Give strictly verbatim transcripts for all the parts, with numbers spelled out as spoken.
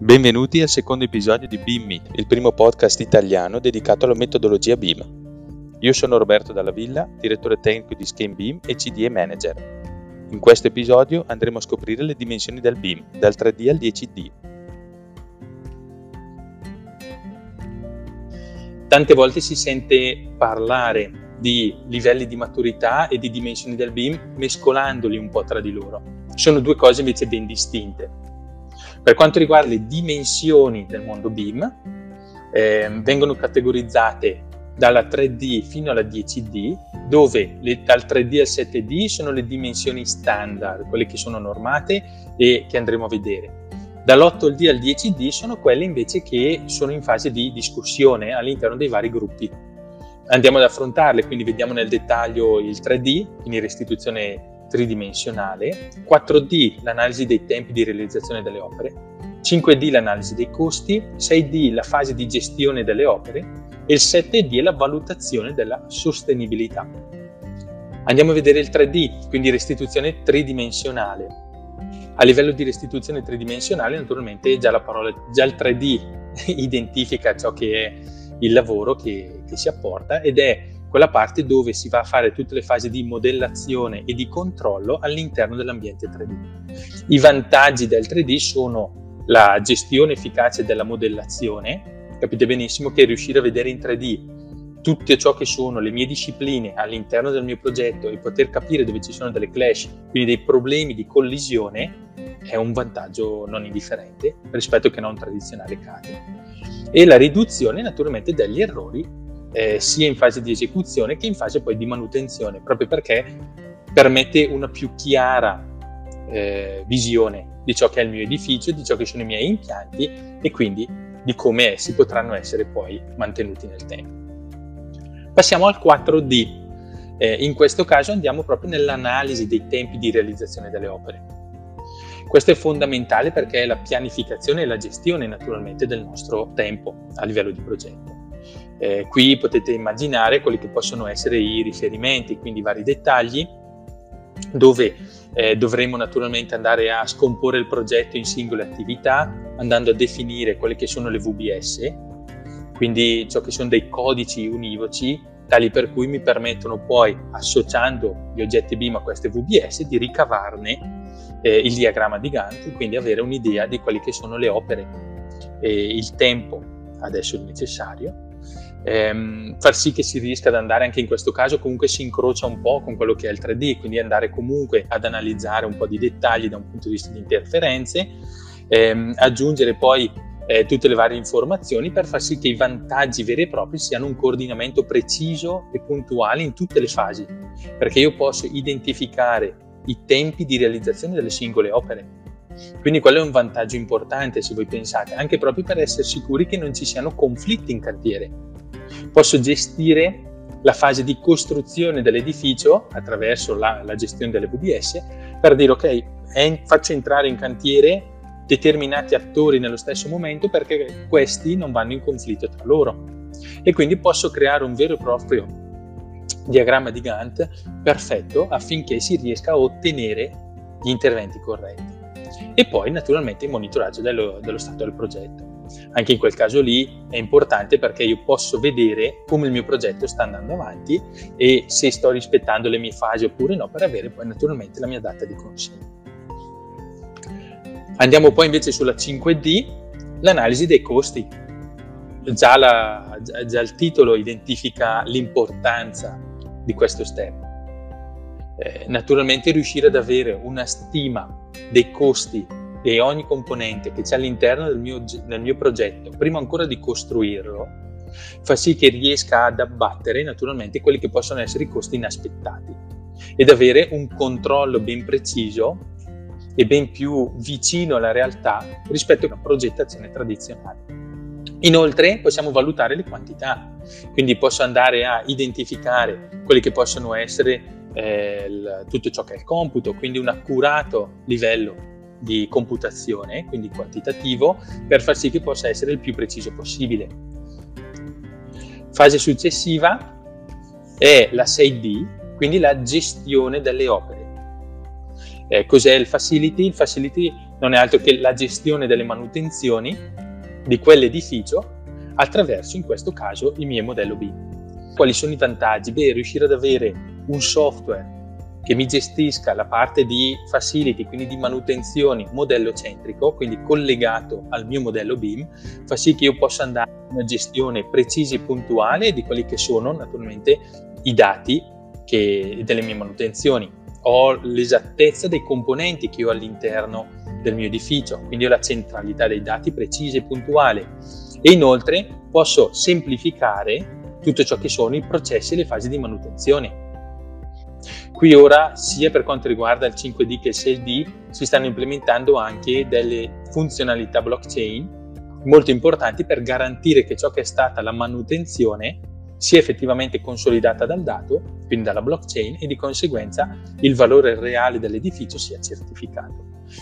Benvenuti al secondo episodio di B I M Me, il primo podcast italiano dedicato alla metodologia B I M. Io sono Roberto Dalla Villa, direttore tecnico di Scheme B I M e C D E Manager. In questo episodio andremo a scoprire le dimensioni del B I M, dal tre D al dieci D. Tante volte si sente parlare di livelli di maturità e di dimensioni del B I M mescolandoli un po' tra di loro. Sono due cose invece ben distinte. Per quanto riguarda le dimensioni del mondo B I M, eh, vengono categorizzate dalla tre D fino alla dieci D, dove le, dal tre D al sette D sono le dimensioni standard, quelle che sono normate e che andremo a vedere. Dall'otto D al dieci D sono quelle invece che sono in fase di discussione all'interno dei vari gruppi. Andiamo ad affrontarle, quindi vediamo nel dettaglio il tre D, quindi restituzione tridimensionale, quattro D l'analisi dei tempi di realizzazione delle opere, cinque D l'analisi dei costi, sei D la fase di gestione delle opere e il sette D è la valutazione della sostenibilità. Andiamo a vedere il tre D, quindi restituzione tridimensionale. A livello di restituzione tridimensionale naturalmente già la parola, già il tre D identifica ciò che è il lavoro che, che si apporta ed è quella parte dove si va a fare tutte le fasi di modellazione e di controllo all'interno dell'ambiente tre D. I vantaggi del tre D sono la gestione efficace della modellazione. Capite benissimo che riuscire a vedere in tre D tutto ciò che sono le mie discipline all'interno del mio progetto e poter capire dove ci sono delle clash, quindi dei problemi di collisione, è un vantaggio non indifferente rispetto che non un tradizionale C A D. E la riduzione naturalmente degli errori Eh, sia in fase di esecuzione che in fase poi di manutenzione, proprio perché permette una più chiara eh, visione di ciò che è il mio edificio, di ciò che sono i miei impianti e quindi di come essi potranno essere poi mantenuti nel tempo. Passiamo al quattro D. Eh, in questo caso andiamo proprio nell'analisi dei tempi di realizzazione delle opere. Questo è fondamentale perché è la pianificazione e la gestione naturalmente del nostro tempo a livello di progetto. Eh, qui potete immaginare quelli che possono essere i riferimenti, quindi vari dettagli, dove eh, dovremo naturalmente andare a scomporre il progetto in singole attività, andando a definire quelle che sono le V B S, quindi ciò che sono dei codici univoci, tali per cui mi permettono poi, associando gli oggetti B I M a queste V B S, di ricavarne eh, il diagramma di Gantt, quindi avere un'idea di quelle che sono le opere, e il tempo adesso necessario. Ehm, far sì che si riesca ad andare anche in questo caso comunque si incrocia un po' con quello che è il tre D, quindi andare comunque ad analizzare un po' di dettagli da un punto di vista di interferenze, ehm, aggiungere poi eh, tutte le varie informazioni per far sì che i vantaggi veri e propri siano un coordinamento preciso e puntuale in tutte le fasi, perché io posso identificare i tempi di realizzazione delle singole opere. Quindi quello è un vantaggio importante, se voi pensate, anche proprio per essere sicuri che non ci siano conflitti in cantiere. Posso gestire la fase di costruzione dell'edificio attraverso la, la gestione delle V B S per dire ok, en- faccio entrare in cantiere determinati attori nello stesso momento perché questi non vanno in conflitto tra loro e quindi posso creare un vero e proprio diagramma di Gantt perfetto affinché si riesca a ottenere gli interventi corretti. E poi naturalmente il monitoraggio dello, dello stato del progetto. Anche in quel caso lì è importante perché io posso vedere come il mio progetto sta andando avanti e se sto rispettando le mie fasi oppure no, per avere poi naturalmente la mia data di consegna. Andiamo poi invece sulla cinque D, l'analisi dei costi. Già, la, già il titolo identifica l'importanza di questo step. Eh, naturalmente riuscire ad avere una stima dei costi di ogni componente che c'è all'interno del mio, del mio progetto, prima ancora di costruirlo, fa sì che riesca ad abbattere naturalmente quelli che possono essere i costi inaspettati ed avere un controllo ben preciso e ben più vicino alla realtà rispetto a una progettazione tradizionale. Inoltre possiamo valutare le quantità, quindi posso andare a identificare quelli che possono essere eh, il, tutto ciò che è il computo, quindi un accurato livello di computazione, quindi quantitativo, per far sì che possa essere il più preciso possibile. Fase successiva è la sei D, quindi la gestione delle opere. Eh, cos'è il facility? Il facility non è altro che la gestione delle manutenzioni di quell'edificio attraverso, in questo caso, il mio modello B I M. Quali sono i vantaggi? Beh, riuscire ad avere un software che mi gestisca la parte di facility, quindi di manutenzioni, modello centrico, quindi collegato al mio modello B I M, fa sì che io possa andare a una gestione precisa e puntuale di quelli che sono naturalmente i dati che, delle mie manutenzioni. Ho l'esattezza dei componenti che ho all'interno del mio edificio, quindi ho la centralità dei dati precisa e puntuale, e inoltre posso semplificare tutto ciò che sono i processi e le fasi di manutenzione. Qui ora, sia per quanto riguarda il cinque D che il sei D, si stanno implementando anche delle funzionalità blockchain molto importanti per garantire che ciò che è stata la manutenzione sia effettivamente consolidata dal dato, quindi dalla blockchain, e di conseguenza il valore reale dell'edificio sia certificato.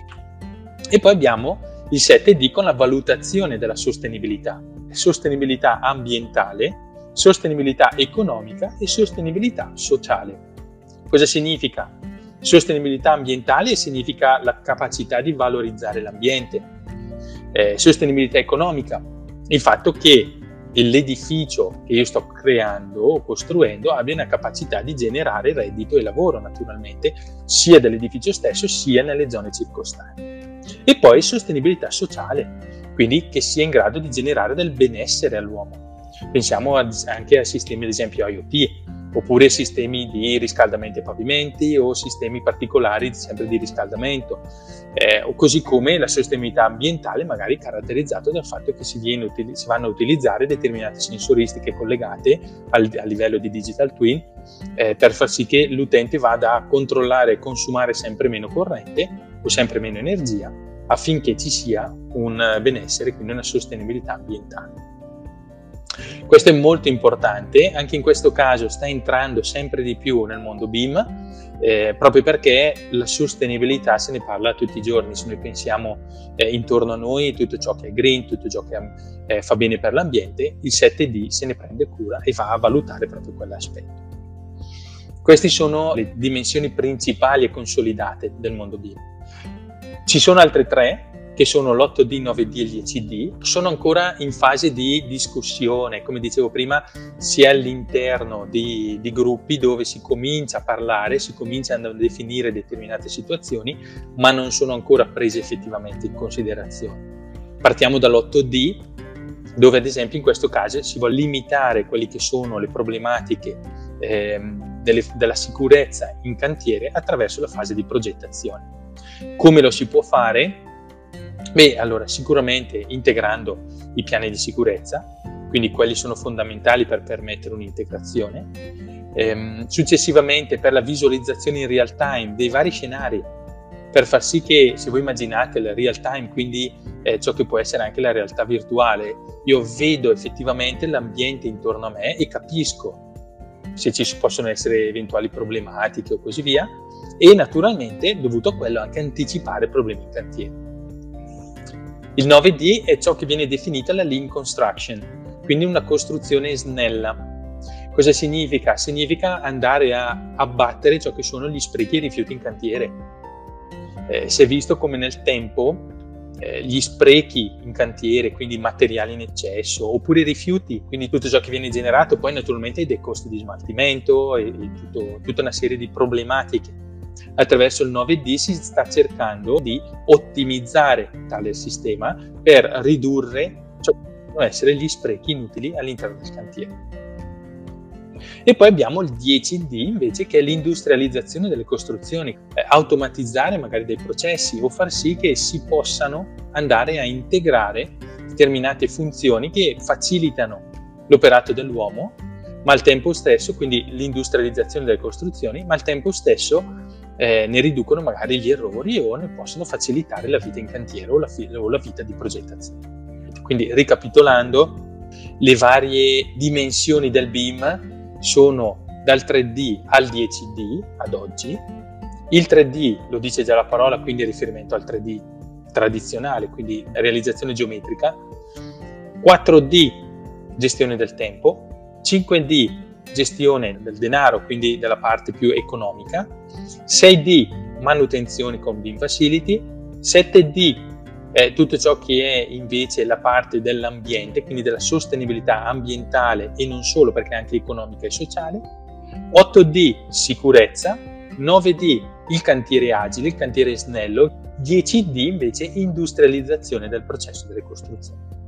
E poi abbiamo il sette D con la valutazione della sostenibilità, sostenibilità ambientale, sostenibilità economica e sostenibilità sociale. Cosa significa? Sostenibilità ambientale significa la capacità di valorizzare l'ambiente. Eh, sostenibilità economica, il fatto che l'edificio che io sto creando o costruendo abbia una capacità di generare reddito e lavoro, naturalmente, sia dell'edificio stesso sia nelle zone circostanti. E poi sostenibilità sociale, quindi che sia in grado di generare del benessere all'uomo. Pensiamo ad, anche a sistemi, ad esempio I O T, oppure sistemi di riscaldamento ai pavimenti o sistemi particolari sempre di riscaldamento, eh, o così come la sostenibilità ambientale, magari caratterizzato dal fatto che si, viene, si vanno a utilizzare determinate sensoristiche collegate al, a livello di digital twin, eh, per far sì che l'utente vada a controllare e consumare sempre meno corrente o sempre meno energia, affinché ci sia un benessere, quindi una sostenibilità ambientale. Questo è molto importante, anche in questo caso sta entrando sempre di più nel mondo B I M, eh, proprio perché la sostenibilità se ne parla tutti i giorni. Se noi pensiamo eh, intorno a noi tutto ciò che è green, tutto ciò che eh, fa bene per l'ambiente, il sette D se ne prende cura e va a valutare proprio quell'aspetto. Queste sono le dimensioni principali e consolidate del mondo B I M. Ci sono altre tre, che sono l'otto D, nove D e il dieci D, sono ancora in fase di discussione, come dicevo prima, sia all'interno di, di gruppi dove si comincia a parlare, si comincia a definire determinate situazioni, ma non sono ancora prese effettivamente in considerazione. Partiamo dall'otto D, dove ad esempio in questo caso si vuole limitare quelle che sono le problematiche ehm, delle, della sicurezza in cantiere attraverso la fase di progettazione. Come lo si può fare? Beh, allora sicuramente integrando i piani di sicurezza, quindi quelli sono fondamentali per permettere un'integrazione. Ehm, successivamente per la visualizzazione in real time dei vari scenari, per far sì che, se voi immaginate il real time, quindi eh, ciò che può essere anche la realtà virtuale, io vedo effettivamente l'ambiente intorno a me e capisco se ci possono essere eventuali problematiche o così via, e naturalmente, dovuto a quello, anche anticipare problemi in cantiere. Il nove D è ciò che viene definita la lean construction, quindi una costruzione snella. Cosa significa? Significa andare a abbattere ciò che sono gli sprechi e i rifiuti in cantiere. Eh, si è visto come nel tempo eh, gli sprechi in cantiere, quindi materiali in eccesso, oppure i rifiuti, quindi tutto ciò che viene generato, poi naturalmente dei costi di smaltimento e, e tutto, tutta una serie di problematiche. Attraverso il nove D si sta cercando di ottimizzare tale sistema per ridurre ciò che possono essere gli sprechi inutili all'interno del cantiere. E poi abbiamo il dieci D invece, che è l'industrializzazione delle costruzioni, eh, automatizzare magari dei processi o far sì che si possano andare a integrare determinate funzioni che facilitano l'operato dell'uomo, ma al tempo stesso, quindi l'industrializzazione delle costruzioni, ma al tempo stesso eh, ne riducono magari gli errori o ne possono facilitare la vita in cantiere o la, o la vita di progettazione. Quindi, ricapitolando, le varie dimensioni del B I M sono dal tre D al dieci D ad oggi. Il tre D lo dice già la parola, quindi è riferimento al tre D tradizionale, quindi realizzazione geometrica. quattro D, gestione del tempo. cinque D, gestione del denaro, quindi della parte più economica. sei D, manutenzioni con B I M Facility. sette D, eh, tutto ciò che è invece la parte dell'ambiente, quindi della sostenibilità ambientale e non solo, perché anche economica e sociale. otto D, sicurezza. nove D, il cantiere agile, il cantiere snello. dieci D invece industrializzazione del processo delle costruzioni.